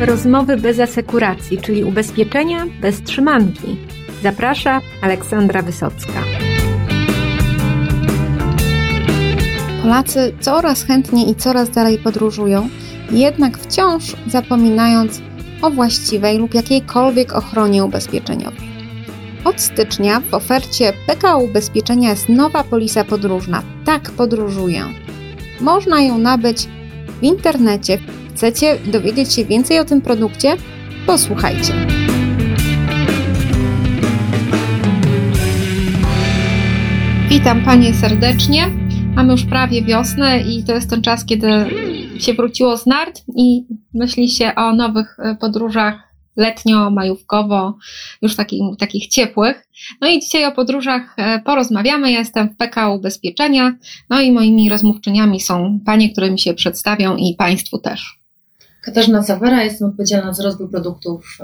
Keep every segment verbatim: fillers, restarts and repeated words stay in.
Rozmowy bez asekuracji, czyli ubezpieczenia bez trzymanki. Zaprasza Aleksandra Wysocka. Polacy coraz chętniej i coraz dalej podróżują, jednak wciąż zapominając o właściwej lub jakiejkolwiek ochronie ubezpieczeniowej. Od stycznia w ofercie P K O Ubezpieczenia jest nowa polisa podróżna. Tak podróżuję. Można ją nabyć w internecie. Chcecie dowiedzieć się więcej o tym produkcie? Posłuchajcie. Witam Panie serdecznie. Mamy już prawie wiosnę i to jest ten czas, kiedy się wróciło z nart i myśli się o nowych podróżach letnio, majówkowo, już takich, takich ciepłych. No i dzisiaj o podróżach porozmawiamy. Ja jestem w P K O Ubezpieczenia, no i moimi rozmówczyniami są panie, które mi się przedstawią i Państwu też. Katarzyna Sawera, jestem odpowiedzialna za rozwój produktów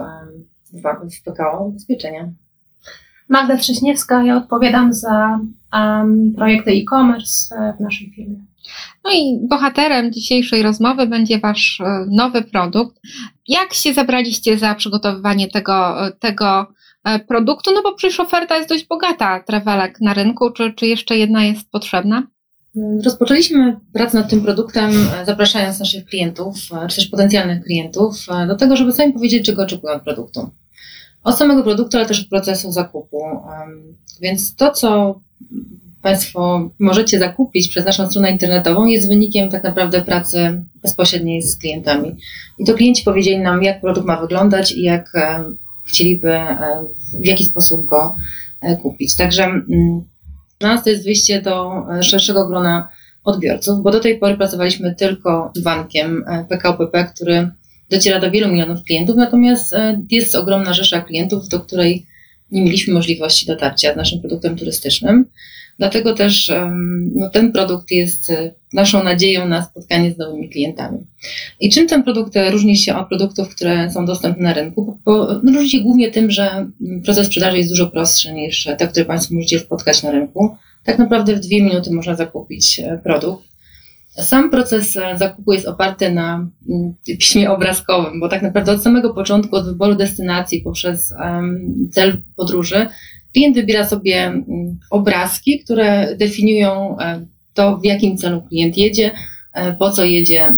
w P K O Ubezpieczenia. Magda Trześniewska, ja odpowiadam za um, projekty e-commerce w naszej firmie. No i bohaterem dzisiejszej rozmowy będzie Wasz nowy produkt. Jak się zabraliście za przygotowywanie tego, tego produktu? No bo przecież oferta jest dość bogata travelek na rynku, czy, czy jeszcze jedna jest potrzebna? Rozpoczęliśmy pracę nad tym produktem, zapraszając naszych klientów, czy też potencjalnych klientów do tego, żeby sami powiedzieć, czego oczekują od produktu. Od samego produktu, ale też od procesu zakupu. Więc to, co Państwo możecie zakupić przez naszą stronę internetową, jest wynikiem tak naprawdę pracy bezpośredniej z klientami. I to klienci powiedzieli nam, jak produkt ma wyglądać i jak chcieliby, w jaki sposób go kupić. Także dla nas to jest wyjście do szerszego grona odbiorców, bo do tej pory pracowaliśmy tylko z bankiem P K O P P, który dociera do wielu milionów klientów, natomiast jest ogromna rzesza klientów, do której nie mieliśmy możliwości dotarcia z naszym produktem turystycznym. Dlatego też no, ten produkt jest naszą nadzieją na spotkanie z nowymi klientami. I czym ten produkt różni się od produktów, które są dostępne na rynku? Bo no, różni się głównie tym, że proces sprzedaży jest dużo prostszy niż te, które Państwo możecie spotkać na rynku. Tak naprawdę w dwie minuty można zakupić produkt. Sam proces zakupu jest oparty na piśmie obrazkowym, bo tak naprawdę od samego początku, od wyboru destynacji poprzez cel podróży, klient wybiera sobie obrazki, które definiują to, w jakim celu klient jedzie, po co jedzie,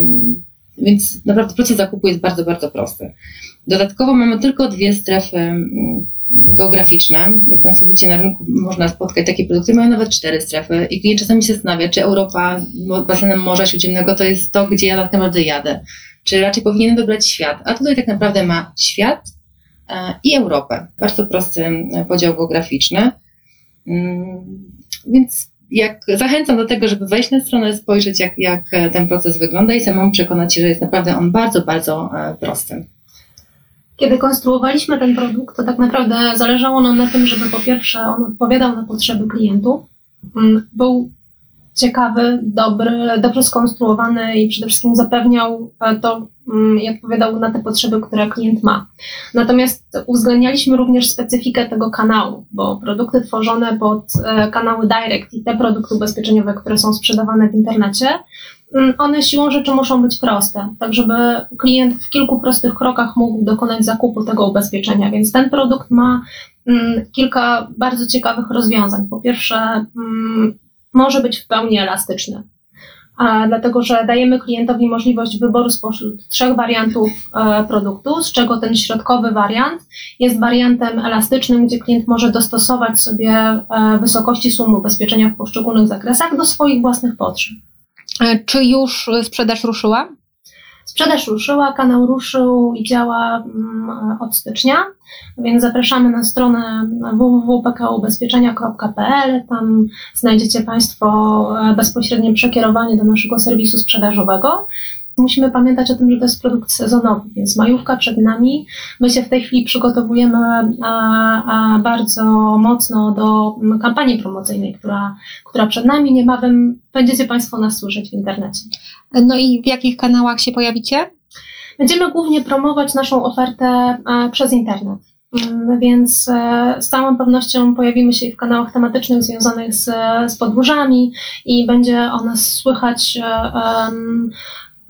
więc naprawdę proces zakupu jest bardzo, bardzo prosty. Dodatkowo mamy tylko dwie strefy geograficzne. Jak Państwo widzicie, na rynku można spotkać takie produkty, mają nawet cztery strefy i klient czasami się zastanawia, czy Europa z basenem Morza Śródziemnego to jest to, gdzie ja tak naprawdę jadę, czy raczej powinienem wybrać świat, a tutaj tak naprawdę ma świat i Europę. Bardzo prosty podział geograficzny. Więc jak zachęcam do tego, żeby wejść na stronę, spojrzeć jak, jak ten proces wygląda i samemu przekonać się, że jest naprawdę on bardzo, bardzo prosty. Kiedy konstruowaliśmy ten produkt, to tak naprawdę zależało nam na tym, żeby po pierwsze on odpowiadał na potrzeby klientów, był ciekawy, dobry, dobrze skonstruowany i przede wszystkim zapewniał to i odpowiadał na te potrzeby, które klient ma. Natomiast uwzględnialiśmy również specyfikę tego kanału, bo produkty tworzone pod kanały direct i te produkty ubezpieczeniowe, które są sprzedawane w internecie, one siłą rzeczy muszą być proste, tak żeby klient w kilku prostych krokach mógł dokonać zakupu tego ubezpieczenia, więc ten produkt ma kilka bardzo ciekawych rozwiązań. Po pierwsze, może być w pełni elastyczny, a dlatego że dajemy klientowi możliwość wyboru spośród trzech wariantów e, produktu, z czego ten środkowy wariant jest wariantem elastycznym, gdzie klient może dostosować sobie e, wysokości sumy ubezpieczenia w poszczególnych zakresach do swoich własnych potrzeb. Czy już sprzedaż ruszyła? Sprzedaż ruszyła, kanał ruszył i działa od stycznia, więc zapraszamy na stronę w w w kropka p k o ubezpieczenia kropka p l. Tam znajdziecie Państwo bezpośrednie przekierowanie do naszego serwisu sprzedażowego. Musimy pamiętać o tym, że to jest produkt sezonowy, więc majówka przed nami. My się w tej chwili przygotowujemy a, a bardzo mocno do kampanii promocyjnej, która, która przed nami. Niebawem będziecie Państwo nas słyszeć w internecie. No i w jakich kanałach się pojawicie? Będziemy głównie promować naszą ofertę a, przez internet. Więc z całą pewnością pojawimy się w kanałach tematycznych związanych z, z podróżami i będzie o nas słychać um,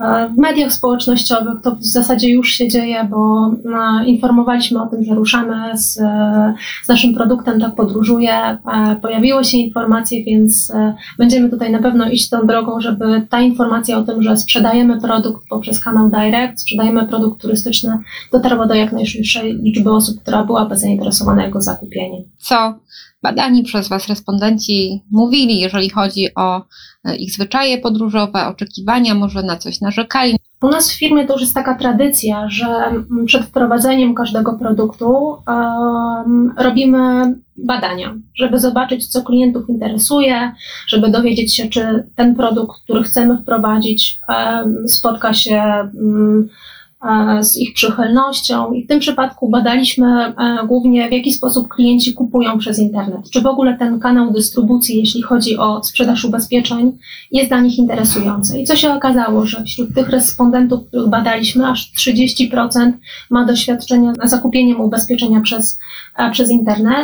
W mediach społecznościowych to w zasadzie już się dzieje, bo informowaliśmy o tym, że ruszamy z, z naszym produktem Tak Podróżuję. Pojawiły się informacje, więc będziemy tutaj na pewno iść tą drogą, żeby ta informacja o tym, że sprzedajemy produkt poprzez kanał Direct, sprzedajemy produkt turystyczny, dotarła do jak najszerszej liczby osób, która byłaby zainteresowana jego zakupieniem. Co badani przez Was respondenci mówili, jeżeli chodzi o ich zwyczaje podróżowe, oczekiwania, może na coś narzekali? U nas w firmie to już jest taka tradycja, że przed wprowadzeniem każdego produktu um, robimy badania, żeby zobaczyć, co klientów interesuje, żeby dowiedzieć się, czy ten produkt, który chcemy wprowadzić, um, spotka się um, z ich przychylnością i w tym przypadku badaliśmy głównie, w jaki sposób klienci kupują przez internet. Czy w ogóle ten kanał dystrybucji, jeśli chodzi o sprzedaż ubezpieczeń, jest dla nich interesujący. I co się okazało, że wśród tych respondentów, których badaliśmy, aż trzydzieści procent ma doświadczenia z zakupieniem ubezpieczenia przez, przez internet.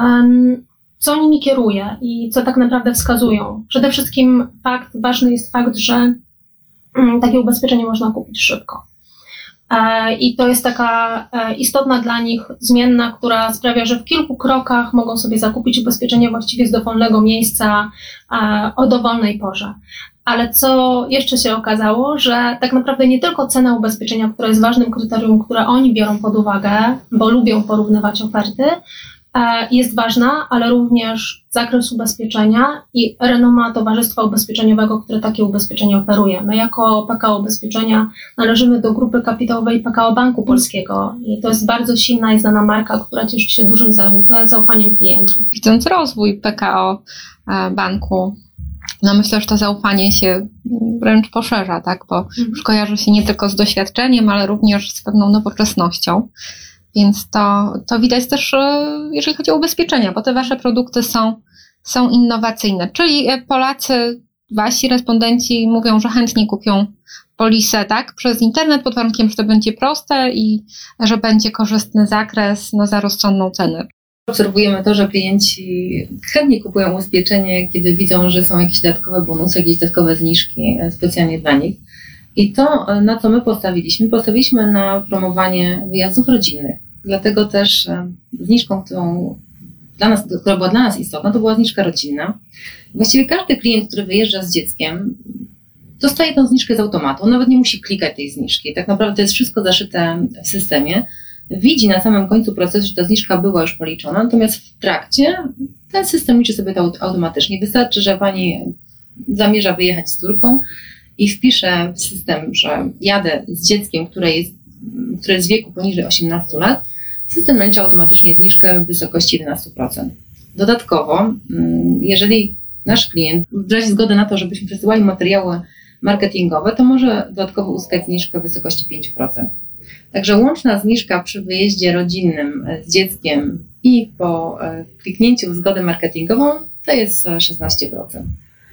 Co nimi kieruje i co tak naprawdę wskazują? Przede wszystkim fakt, ważny jest fakt, że takie ubezpieczenie można kupić szybko. I to jest taka istotna dla nich zmienna, która sprawia, że w kilku krokach mogą sobie zakupić ubezpieczenie właściwie z dowolnego miejsca o dowolnej porze. Ale co jeszcze się okazało, że tak naprawdę nie tylko cena ubezpieczenia, która jest ważnym kryterium, które oni biorą pod uwagę, bo lubią porównywać oferty, jest ważna, ale również zakres ubezpieczenia i renoma towarzystwa ubezpieczeniowego, które takie ubezpieczenie oferuje. My jako P K O Ubezpieczenia należymy do grupy kapitałowej P K O Banku Polskiego i to jest bardzo silna i znana marka, która cieszy się dużym zaufaniem klientów. Widząc rozwój P K O Banku, no myślę, że to zaufanie się wręcz poszerza, tak? Bo już kojarzy się nie tylko z doświadczeniem, ale również z pewną nowoczesnością. Więc to, to widać też, jeżeli chodzi o ubezpieczenia, bo te Wasze produkty są, są innowacyjne. Czyli Polacy, Wasi respondenci mówią, że chętnie kupią polisę, tak, przez internet, pod warunkiem, że to będzie proste i że będzie korzystny zakres, no, za rozsądną cenę. Obserwujemy to, że klienci chętnie kupują ubezpieczenie, kiedy widzą, że są jakieś dodatkowe bonusy, jakieś dodatkowe zniżki specjalnie dla nich. I to, na co my postawiliśmy, postawiliśmy na promowanie wyjazdów rodzinnych. Dlatego też zniżką, którą dla nas, która była dla nas istotna, to była zniżka rodzinna. Właściwie każdy klient, który wyjeżdża z dzieckiem, dostaje tę zniżkę z automatu. On nawet nie musi klikać tej zniżki. Tak naprawdę to jest wszystko zaszyte w systemie. Widzi na samym końcu procesu, że ta zniżka była już policzona, natomiast w trakcie ten system liczy sobie to automatycznie. Wystarczy, że pani zamierza wyjechać z córką i wpiszę w system, że jadę z dzieckiem, które jest, które jest w wieku poniżej osiemnastu lat, system nalicza automatycznie zniżkę w wysokości jedenaście procent. Dodatkowo, jeżeli nasz klient wyrazi zgodę na to, żebyśmy przesyłali materiały marketingowe, to może dodatkowo uzyskać zniżkę w wysokości pięć procent. Także łączna zniżka przy wyjeździe rodzinnym z dzieckiem i po kliknięciu w zgodę marketingową to jest szesnaście procent.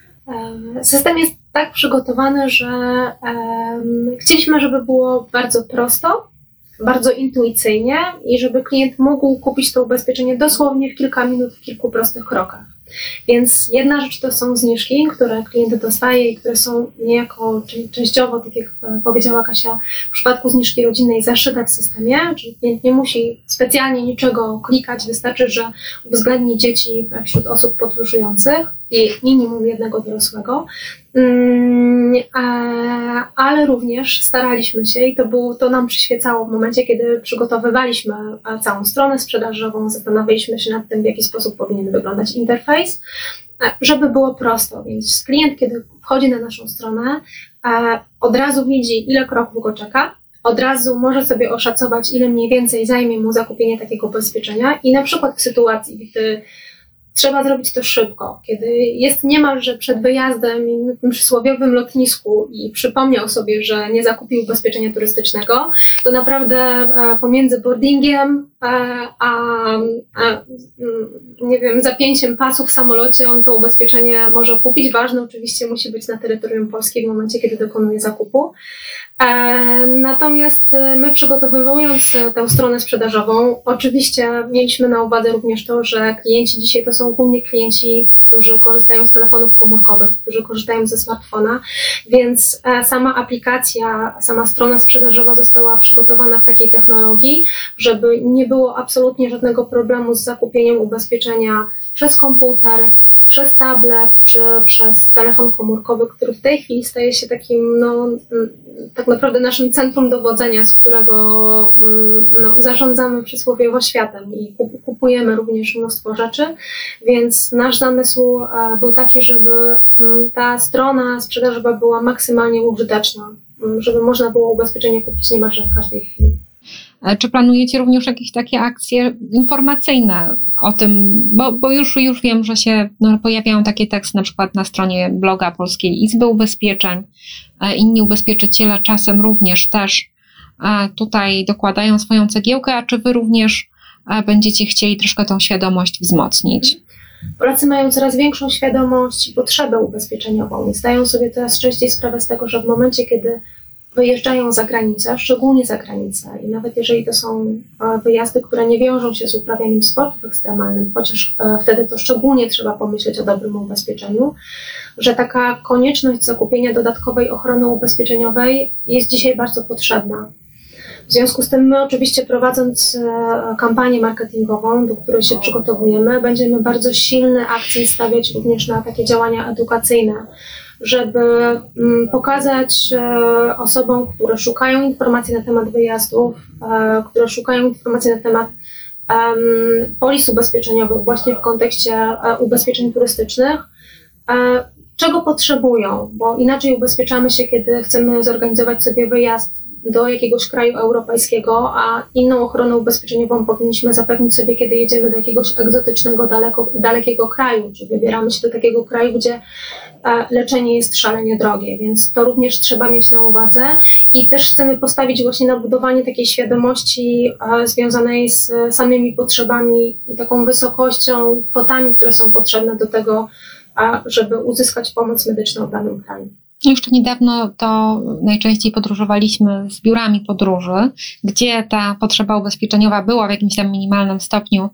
System jest tak przygotowany, że um, chcieliśmy, żeby było bardzo prosto, bardzo intuicyjnie i żeby klient mógł kupić to ubezpieczenie dosłownie w kilka minut, w kilku prostych krokach. Więc jedna rzecz to są zniżki, które klient dostaje i które są niejako częściowo, tak jak powiedziała Kasia, w przypadku zniżki rodzinnej zaszyte w systemie, czyli klient nie musi specjalnie niczego klikać, wystarczy, że uwzględni dzieci wśród osób podróżujących i minimum jednego dorosłego. Ale również staraliśmy się i to, było, to nam przyświecało w momencie, kiedy przygotowywaliśmy całą stronę sprzedażową, zastanawialiśmy się nad tym, w jaki sposób powinien wyglądać interfejs, żeby było prosto. Więc klient, kiedy wchodzi na naszą stronę, od razu widzi, ile kroków go czeka, od razu może sobie oszacować, ile mniej więcej zajmie mu zakupienie takiego ubezpieczenia i na przykład w sytuacji, gdy trzeba zrobić to szybko, kiedy jest niemalże przed wyjazdem na tym przysłowiowym lotnisku i przypomniał sobie, że nie zakupił ubezpieczenia turystycznego, to naprawdę pomiędzy boardingiem a, a nie wiem, zapięciem pasu w samolocie on to ubezpieczenie może kupić. Ważne oczywiście musi być na terytorium Polski w momencie, kiedy dokonuje zakupu. Natomiast my, przygotowując tę stronę sprzedażową, oczywiście mieliśmy na uwadze również to, że klienci dzisiaj to są głównie klienci, którzy korzystają z telefonów komórkowych, którzy korzystają ze smartfona, więc sama aplikacja, sama strona sprzedażowa została przygotowana w takiej technologii, żeby nie było absolutnie żadnego problemu z zakupieniem ubezpieczenia przez komputer, przez tablet czy przez telefon komórkowy, który w tej chwili staje się takim, no, tak naprawdę naszym centrum dowodzenia, z którego no, zarządzamy przysłowiowo światem i kupujemy również mnóstwo rzeczy, więc nasz zamysł był taki, żeby ta strona sprzedażowa była maksymalnie użyteczna, żeby można było ubezpieczenie kupić niemalże w każdej chwili. Czy planujecie również jakieś takie akcje informacyjne o tym, bo, bo już, już wiem, że się no, pojawiają takie teksty na przykład na stronie bloga Polskiej Izby Ubezpieczeń, inni ubezpieczyciele czasem również też tutaj dokładają swoją cegiełkę, a czy wy również będziecie chcieli troszkę tą świadomość wzmocnić? Polacy mają coraz większą świadomość i potrzebę ubezpieczeniową i zdają sobie coraz częściej sprawę z tego, że w momencie, kiedy wyjeżdżają za granicę, szczególnie za granicę i nawet jeżeli to są wyjazdy, które nie wiążą się z uprawianiem sportów ekstremalnych, chociaż wtedy to szczególnie trzeba pomyśleć o dobrym ubezpieczeniu, że taka konieczność zakupienia dodatkowej ochrony ubezpieczeniowej jest dzisiaj bardzo potrzebna. W związku z tym my oczywiście prowadząc kampanię marketingową, do której się przygotowujemy, będziemy bardzo silny akcent stawiać również na takie działania edukacyjne, żeby pokazać osobom, które szukają informacji na temat wyjazdów, które szukają informacji na temat polis ubezpieczeniowych właśnie w kontekście ubezpieczeń turystycznych, czego potrzebują, bo inaczej ubezpieczamy się, kiedy chcemy zorganizować sobie wyjazd do jakiegoś kraju europejskiego, a inną ochronę ubezpieczeniową powinniśmy zapewnić sobie, kiedy jedziemy do jakiegoś egzotycznego, daleko, dalekiego kraju, czy wybieramy się do takiego kraju, gdzie leczenie jest szalenie drogie, więc to również trzeba mieć na uwadze i też chcemy postawić właśnie na budowanie takiej świadomości związanej z samymi potrzebami i taką wysokością i kwotami, które są potrzebne do tego, żeby uzyskać pomoc medyczną w danym kraju. Jeszcze niedawno to najczęściej podróżowaliśmy z biurami podróży, gdzie ta potrzeba ubezpieczeniowa była w jakimś tam minimalnym stopniu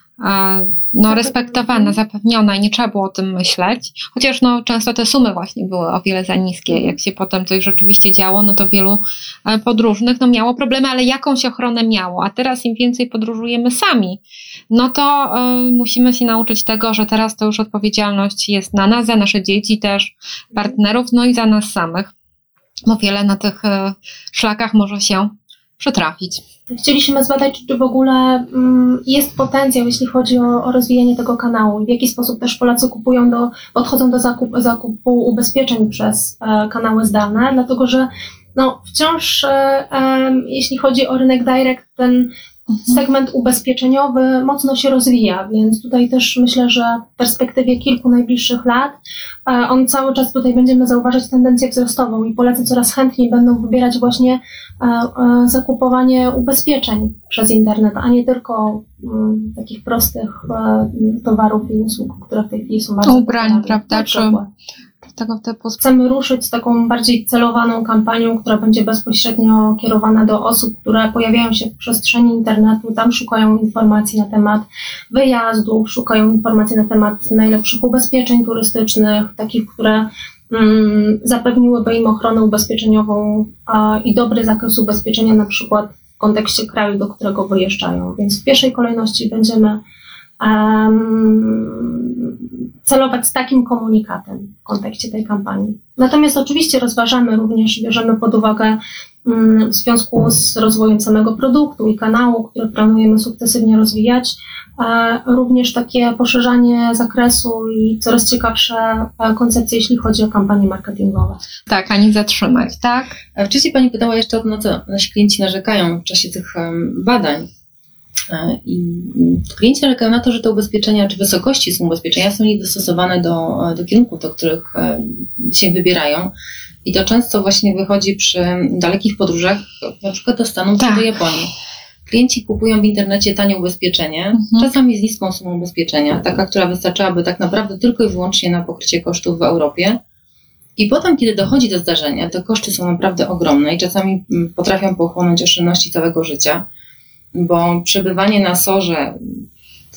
no, respektowana, zapewniona i nie trzeba było o tym myśleć. Chociaż no, często te sumy właśnie były o wiele za niskie. Jak się potem coś rzeczywiście działo, no to wielu podróżnych no, miało problemy, ale jakąś ochronę miało. A teraz im więcej podróżujemy sami, no to y, musimy się nauczyć tego, że teraz to już odpowiedzialność jest na nas, za nasze dzieci też, partnerów, no i za nas samych. Bo wiele na tych y, szlakach może się przytrafić. Chcieliśmy zbadać, czy w ogóle mm, jest potencjał, jeśli chodzi o, o rozwijanie tego kanału i w jaki sposób też Polacy kupują do, podchodzą do zakup, zakupu ubezpieczeń przez e, kanały zdalne, dlatego że no, wciąż, e, e, jeśli chodzi o rynek direct, ten segment ubezpieczeniowy mocno się rozwija, więc tutaj też myślę, że w perspektywie kilku najbliższych lat on cały czas tutaj będziemy zauważać tendencję wzrostową i Polacy coraz chętniej będą wybierać właśnie zakupowanie ubezpieczeń przez internet, a nie tylko takich prostych towarów i usług, które w tej chwili są bardzo ubrań, prawda? Czy tego typu. Chcemy ruszyć z taką bardziej celowaną kampanią, która będzie bezpośrednio kierowana do osób, które pojawiają się w przestrzeni internetu, tam szukają informacji na temat wyjazdów, szukają informacji na temat najlepszych ubezpieczeń turystycznych, takich, które mm, zapewniłyby im ochronę ubezpieczeniową a, i dobry zakres ubezpieczenia na przykład w kontekście kraju, do którego wyjeżdżają. Więc w pierwszej kolejności będziemy Um, celować z takim komunikatem w kontekście tej kampanii. Natomiast oczywiście rozważamy również, bierzemy pod uwagę um, w związku z rozwojem samego produktu i kanału, który planujemy sukcesywnie rozwijać, e, również takie poszerzanie zakresu i coraz ciekawsze e, koncepcje, jeśli chodzi o kampanie marketingowe. Tak, a nie zatrzymać, tak? A wcześniej Pani pytała jeszcze o to, na co nasi klienci narzekają w czasie tych um, badań. I klienci narzekają na to, że te ubezpieczenia, czy wysokości sum ubezpieczenia są niedostosowane do, do kierunków, do których się wybierają. I to często właśnie wychodzi przy dalekich podróżach, na przykład do Stanów tak. czy do Japonii. Klienci kupują w internecie tanie ubezpieczenie, mhm. czasami z niską sumą ubezpieczenia, taka, która wystarczałaby tak naprawdę tylko i wyłącznie na pokrycie kosztów w Europie. I potem, kiedy dochodzi do zdarzenia, te koszty są naprawdę ogromne i czasami potrafią pochłonąć oszczędności całego życia. Bo przebywanie na sorze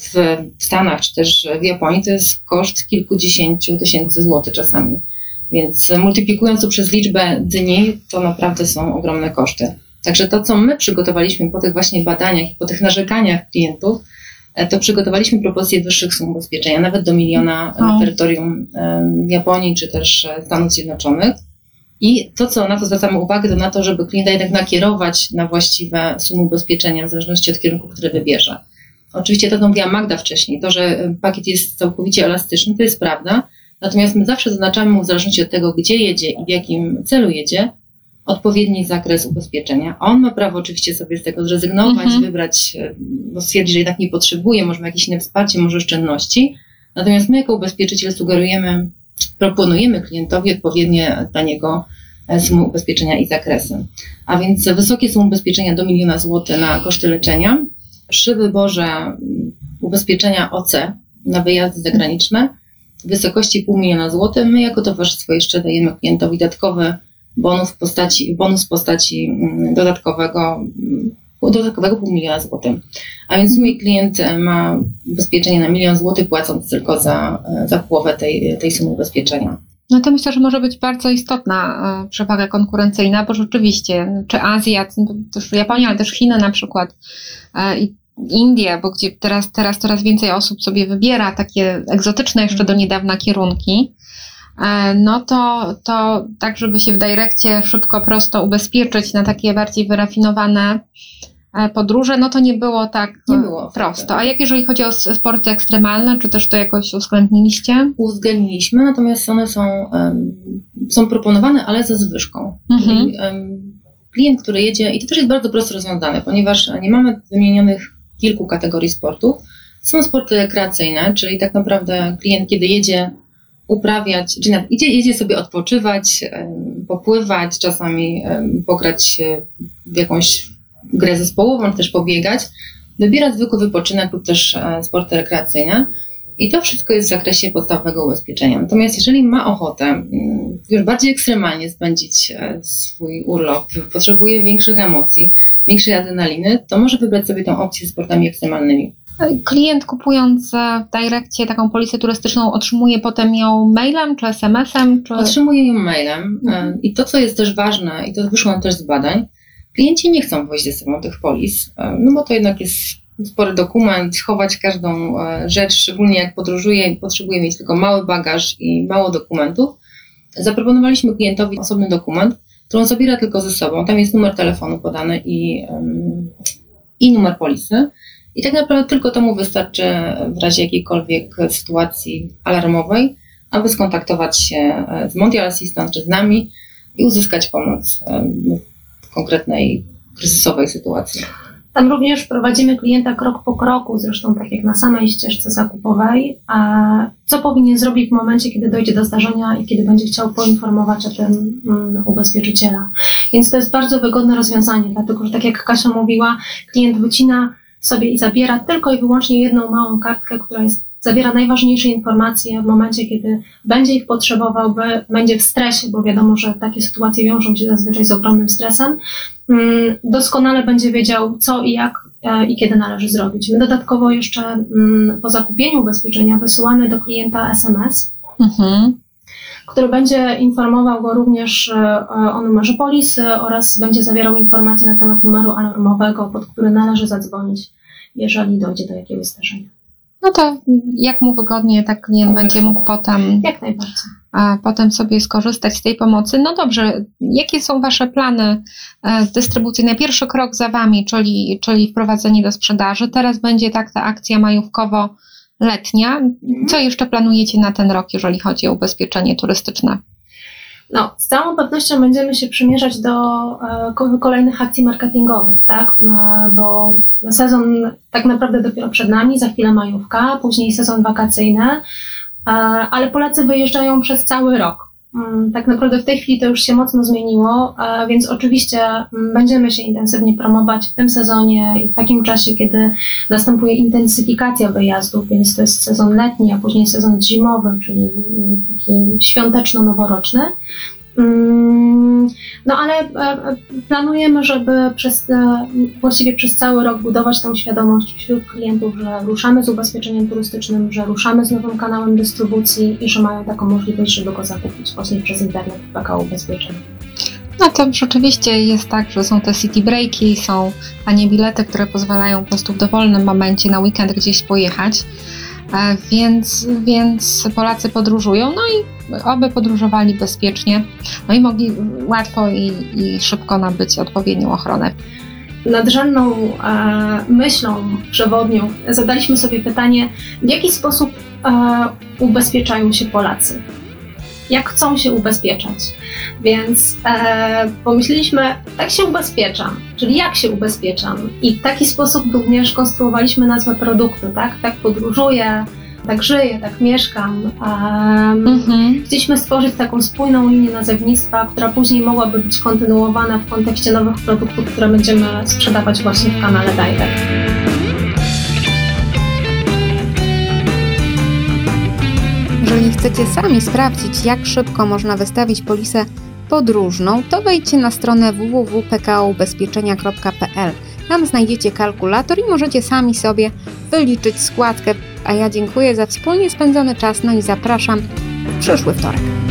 w Stanach czy też w Japonii to jest koszt kilkudziesięciu tysięcy złotych czasami. Więc multiplikując to przez liczbę dni, to naprawdę są ogromne koszty. Także to, co my przygotowaliśmy po tych właśnie badaniach i po tych narzekaniach klientów, to przygotowaliśmy propozycje wyższych sum ubezpieczenia, nawet do miliona na terytorium Japonii czy też Stanów Zjednoczonych. I to, co na to zwracamy uwagę, to na to, żeby klienta jednak nakierować na właściwe sumy ubezpieczenia w zależności od kierunku, który wybierze. Oczywiście to, co mówiła Magda wcześniej, to, że pakiet jest całkowicie elastyczny, to jest prawda, natomiast my zawsze zaznaczamy mu w zależności od tego, gdzie jedzie i w jakim celu jedzie, odpowiedni zakres ubezpieczenia. On ma prawo oczywiście sobie z tego zrezygnować, mhm. wybrać, bo stwierdzi, że jednak nie potrzebuje, może ma jakieś inne wsparcie, może oszczędności. Natomiast my jako ubezpieczyciel sugerujemy, proponujemy klientowi odpowiednie dla niego sumy ubezpieczenia i zakresy. A więc wysokie sumy ubezpieczenia do miliona złotych na koszty leczenia. Przy wyborze ubezpieczenia O C na wyjazdy zagraniczne w wysokości pół miliona złotych my jako towarzystwo jeszcze dajemy klientowi dodatkowy bonus w postaci, bonus w postaci dodatkowego, dodatkowego pół miliona złotych. A więc w sumie klient ma ubezpieczenie na milion złotych, płacąc tylko za, za połowę tej, tej sumy ubezpieczenia. No to myślę, że może być bardzo istotna przewaga konkurencyjna, bo rzeczywiście, czy Azja, też Japonia, ale też Chiny na przykład i Indie, bo gdzie teraz, teraz coraz więcej osób sobie wybiera takie egzotyczne jeszcze do niedawna kierunki, no to, to tak, żeby się w Direccie szybko, prosto ubezpieczyć na takie bardziej wyrafinowane podróże, no to nie było tak nie było prosto. A jak jeżeli chodzi o sporty ekstremalne, czy też to jakoś uwzględniliście? Uwzględniliśmy, natomiast one są, um, są proponowane, ale ze zwyżką. Mhm. Czyli um, klient, który jedzie, i to też jest bardzo prosto rozwiązane, ponieważ nie mamy wymienionych kilku kategorii sportów. Są sporty rekreacyjne, czyli tak naprawdę klient, kiedy jedzie uprawiać, czyli idzie, jedzie sobie odpoczywać, popływać, czasami pograć w jakąś grę zespołową, czy też pobiegać, wybiera zwykły wypoczynek lub też sporty rekreacyjne i to wszystko jest w zakresie podstawowego ubezpieczenia. Natomiast jeżeli ma ochotę już bardziej ekstremalnie spędzić swój urlop, potrzebuje większych emocji, większej adrenaliny, to może wybrać sobie tą opcję z sportami ekstremalnymi. Klient kupując w Direccie taką polisę turystyczną otrzymuje potem ją mailem czy es em esem? Czy... Otrzymuje ją mailem mhm. i to, co jest też ważne, i to wyszło nam też z badań, klienci nie chcą wozić ze sobą tych polis, no bo to jednak jest spory dokument, chować każdą rzecz, szczególnie jak podróżuje, potrzebuje mieć tylko mały bagaż i mało dokumentów. Zaproponowaliśmy klientowi osobny dokument, który on zabiera tylko ze sobą. Tam jest numer telefonu podany i, i numer polisy. I tak naprawdę tylko to mu wystarczy w razie jakiejkolwiek sytuacji alarmowej, aby skontaktować się z Mondial Assistant czy z nami i uzyskać pomoc w konkretnej kryzysowej sytuacji. Tam również prowadzimy klienta krok po kroku, zresztą tak jak na samej ścieżce zakupowej, co powinien zrobić w momencie, kiedy dojdzie do zdarzenia i kiedy będzie chciał poinformować o tym um, ubezpieczyciela. Więc to jest bardzo wygodne rozwiązanie, dlatego że tak jak Kasia mówiła, klient wycina sobie i zabiera tylko i wyłącznie jedną małą kartkę, która jest, zawiera najważniejsze informacje w momencie, kiedy będzie ich potrzebował, będzie w stresie, bo wiadomo, że takie sytuacje wiążą się zazwyczaj z ogromnym stresem, doskonale będzie wiedział, co i jak i kiedy należy zrobić. My dodatkowo jeszcze po zakupieniu ubezpieczenia wysyłamy do klienta es em es, mhm. który będzie informował go również o numerze polisy oraz będzie zawierał informacje na temat numeru alarmowego, pod który należy zadzwonić, jeżeli dojdzie do jakiegoś zdarzenia. No to jak mu wygodnie, tak klient tak będzie mógł potem, jak najbardziej. A potem sobie skorzystać z tej pomocy. No dobrze, jakie są Wasze plany dystrybucyjne? Pierwszy krok za Wami, czyli, czyli wprowadzenie do sprzedaży. Teraz będzie tak ta akcja majówkowo-letnia. Co jeszcze planujecie na ten rok, jeżeli chodzi o ubezpieczenie turystyczne? No, z całą pewnością będziemy się przymierzać do e, kolejnych akcji marketingowych, tak? E, bo sezon tak naprawdę dopiero przed nami, za chwilę majówka, później sezon wakacyjny, e, ale Polacy wyjeżdżają przez cały rok. E, tak naprawdę w tej chwili to już się mocno zmieniło, e, więc oczywiście będziemy się intensywnie promować w tym sezonie i w takim czasie, kiedy następuje intensyfikacja wyjazdów, więc to jest sezon letni, a później sezon zimowy, czyli taki świąteczno-noworoczny. No ale e, planujemy, żeby przez, e, właściwie przez cały rok budować tą świadomość wśród klientów, że ruszamy z ubezpieczeniem turystycznym, że ruszamy z nowym kanałem dystrybucji i że mają taką możliwość, żeby go zakupić właśnie przez internet w P K O Ubezpieczeń. No to rzeczywiście jest tak, że są te city breaki, są tanie bilety, które pozwalają po prostu w dowolnym momencie na weekend gdzieś pojechać, więc, więc Polacy podróżują, no i oby podróżowali bezpiecznie, no i mogli łatwo i, i szybko nabyć odpowiednią ochronę. Nadrzędną e, myślą przewodnią zadaliśmy sobie pytanie, w jaki sposób e, ubezpieczają się Polacy. Jak chcą się ubezpieczać. Więc e, pomyśleliśmy, tak się ubezpieczam, czyli jak się ubezpieczam. I w taki sposób również konstruowaliśmy nazwę produktu, tak? Tak podróżuję, tak żyję, tak mieszkam. E, mhm. Chcieliśmy stworzyć taką spójną linię nazewnictwa, która później mogłaby być kontynuowana w kontekście nowych produktów, które będziemy sprzedawać właśnie w kanale Direct. Jeżeli chcecie sami sprawdzić, jak szybko można wystawić polisę podróżną, to wejdźcie na stronę w w w kropka p k o ubezpieczenia kropka p l. Tam znajdziecie kalkulator i możecie sami sobie wyliczyć składkę. A ja dziękuję za wspólnie spędzony czas, no i zapraszam w przyszły wtorek.